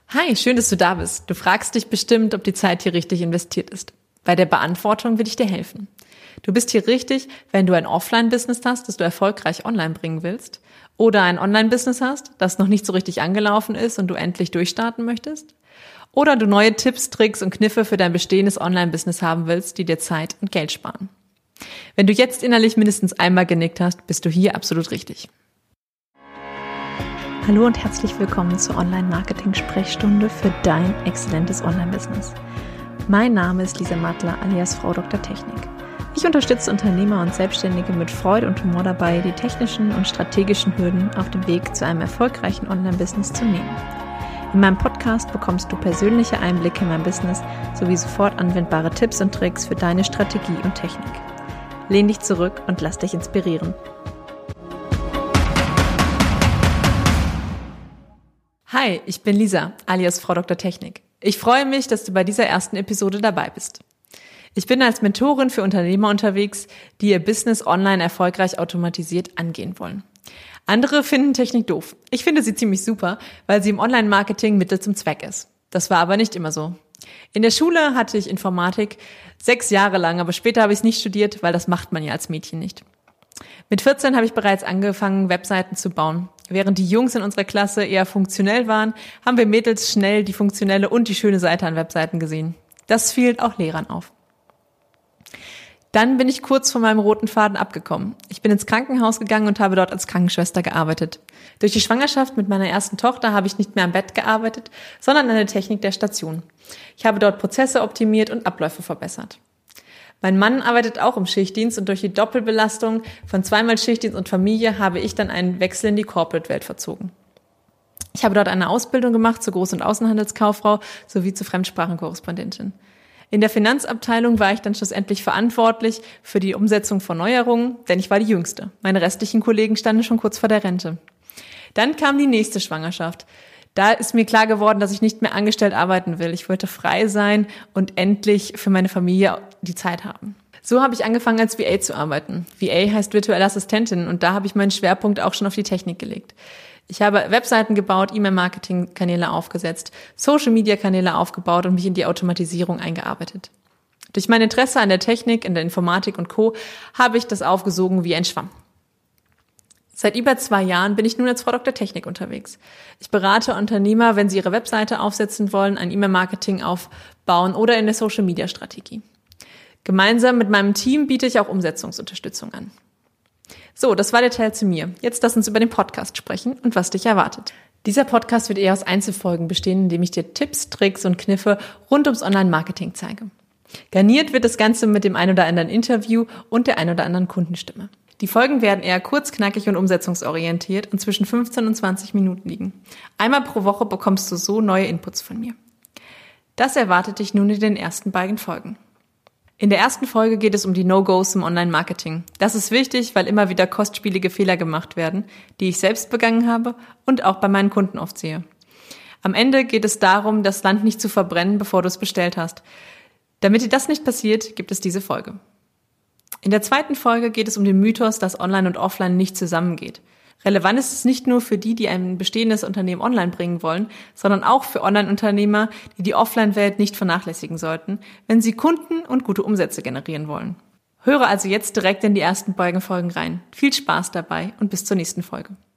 Hi, schön, dass du da bist. Du fragst dich bestimmt, ob die Zeit hier richtig investiert ist. Bei der Beantwortung will ich dir helfen. Du bist hier richtig, wenn du ein Offline-Business hast, das du erfolgreich online bringen willst, oder ein Online-Business hast, das noch nicht so richtig angelaufen ist und du endlich durchstarten möchtest, oder du neue Tipps, Tricks und Kniffe für dein bestehendes Online-Business haben willst, die dir Zeit und Geld sparen. Wenn du jetzt innerlich mindestens einmal genickt hast, bist du hier absolut richtig. Hallo und herzlich willkommen zur Online-Marketing-Sprechstunde für dein exzellentes Online-Business. Mein Name ist Lisa Mattler alias Frau Dr. Technik. Ich unterstütze Unternehmer und Selbstständige mit Freude und Humor dabei, die technischen und strategischen Hürden auf dem Weg zu einem erfolgreichen Online-Business zu nehmen. In meinem Podcast bekommst du persönliche Einblicke in mein Business sowie sofort anwendbare Tipps und Tricks für deine Strategie und Technik. Lehn dich zurück und lass dich inspirieren. Hi, ich bin Lisa, alias Frau Dr. Technik. Ich freue mich, dass du bei dieser ersten Episode dabei bist. Ich bin als Mentorin für Unternehmer unterwegs, die ihr Business online erfolgreich automatisiert angehen wollen. Andere finden Technik doof. Ich finde sie ziemlich super, weil sie im Online-Marketing Mittel zum Zweck ist. Das war aber nicht immer so. In der Schule hatte ich Informatik 6 Jahre lang, aber später habe ich es nicht studiert, weil das macht man ja als Mädchen nicht. Mit 14 habe ich bereits angefangen, Webseiten zu bauen. Während die Jungs in unserer Klasse eher funktionell waren, haben wir Mädels schnell die funktionelle und die schöne Seite an Webseiten gesehen. Das fiel auch Lehrern auf. Dann bin ich kurz von meinem roten Faden abgekommen. Ich bin ins Krankenhaus gegangen und habe dort als Krankenschwester gearbeitet. Durch die Schwangerschaft mit meiner ersten Tochter habe ich nicht mehr am Bett gearbeitet, sondern an der Technik der Station. Ich habe dort Prozesse optimiert und Abläufe verbessert. Mein Mann arbeitet auch im Schichtdienst und durch die Doppelbelastung von 2-mal Schichtdienst und Familie habe ich dann einen Wechsel in die Corporate-Welt verzogen. Ich habe dort eine Ausbildung gemacht zur Groß- und Außenhandelskauffrau sowie zur Fremdsprachenkorrespondentin. In der Finanzabteilung war ich dann schlussendlich verantwortlich für die Umsetzung von Neuerungen, denn ich war die Jüngste. Meine restlichen Kollegen standen schon kurz vor der Rente. Dann kam die nächste Schwangerschaft. Da ist mir klar geworden, dass ich nicht mehr angestellt arbeiten will. Ich wollte frei sein und endlich für meine Familie die Zeit haben. So habe ich angefangen, als VA zu arbeiten. VA heißt virtuelle Assistentin und da habe ich meinen Schwerpunkt auch schon auf die Technik gelegt. Ich habe Webseiten gebaut, E-Mail-Marketing-Kanäle aufgesetzt, Social-Media-Kanäle aufgebaut und mich in die Automatisierung eingearbeitet. Durch mein Interesse an der Technik, in der Informatik und Co. habe ich das aufgesogen wie ein Schwamm. Seit über 2 Jahren bin ich nun als Frau Dr. Technik unterwegs. Ich berate Unternehmer, wenn sie ihre Webseite aufsetzen wollen, ein E-Mail-Marketing aufbauen oder in der Social-Media-Strategie. Gemeinsam mit meinem Team biete ich auch Umsetzungsunterstützung an. So, das war der Teil zu mir. Jetzt lass uns über den Podcast sprechen und was dich erwartet. Dieser Podcast wird eher aus Einzelfolgen bestehen, in dem ich dir Tipps, Tricks und Kniffe rund ums Online-Marketing zeige. Garniert wird das Ganze mit dem ein oder anderen Interview und der ein oder anderen Kundenstimme. Die Folgen werden eher kurz, knackig und umsetzungsorientiert und zwischen 15 und 20 Minuten liegen. Einmal pro Woche bekommst du so neue Inputs von mir. Das erwartet dich nun in den ersten beiden Folgen. In der ersten Folge geht es um die No-Gos im Online-Marketing. Das ist wichtig, weil immer wieder kostspielige Fehler gemacht werden, die ich selbst begangen habe und auch bei meinen Kunden oft sehe. Am Ende geht es darum, das Land nicht zu verbrennen, bevor du es bestellt hast. Damit dir das nicht passiert, gibt es diese Folge. In der zweiten Folge geht es um den Mythos, dass Online und Offline nicht zusammengeht. Relevant ist es nicht nur für die ein bestehendes Unternehmen online bringen wollen, sondern auch für Online-Unternehmer, die die Offline-Welt nicht vernachlässigen sollten, wenn sie Kunden und gute Umsätze generieren wollen. Höre also jetzt direkt in die ersten beiden Folgen rein. Viel Spaß dabei und bis zur nächsten Folge.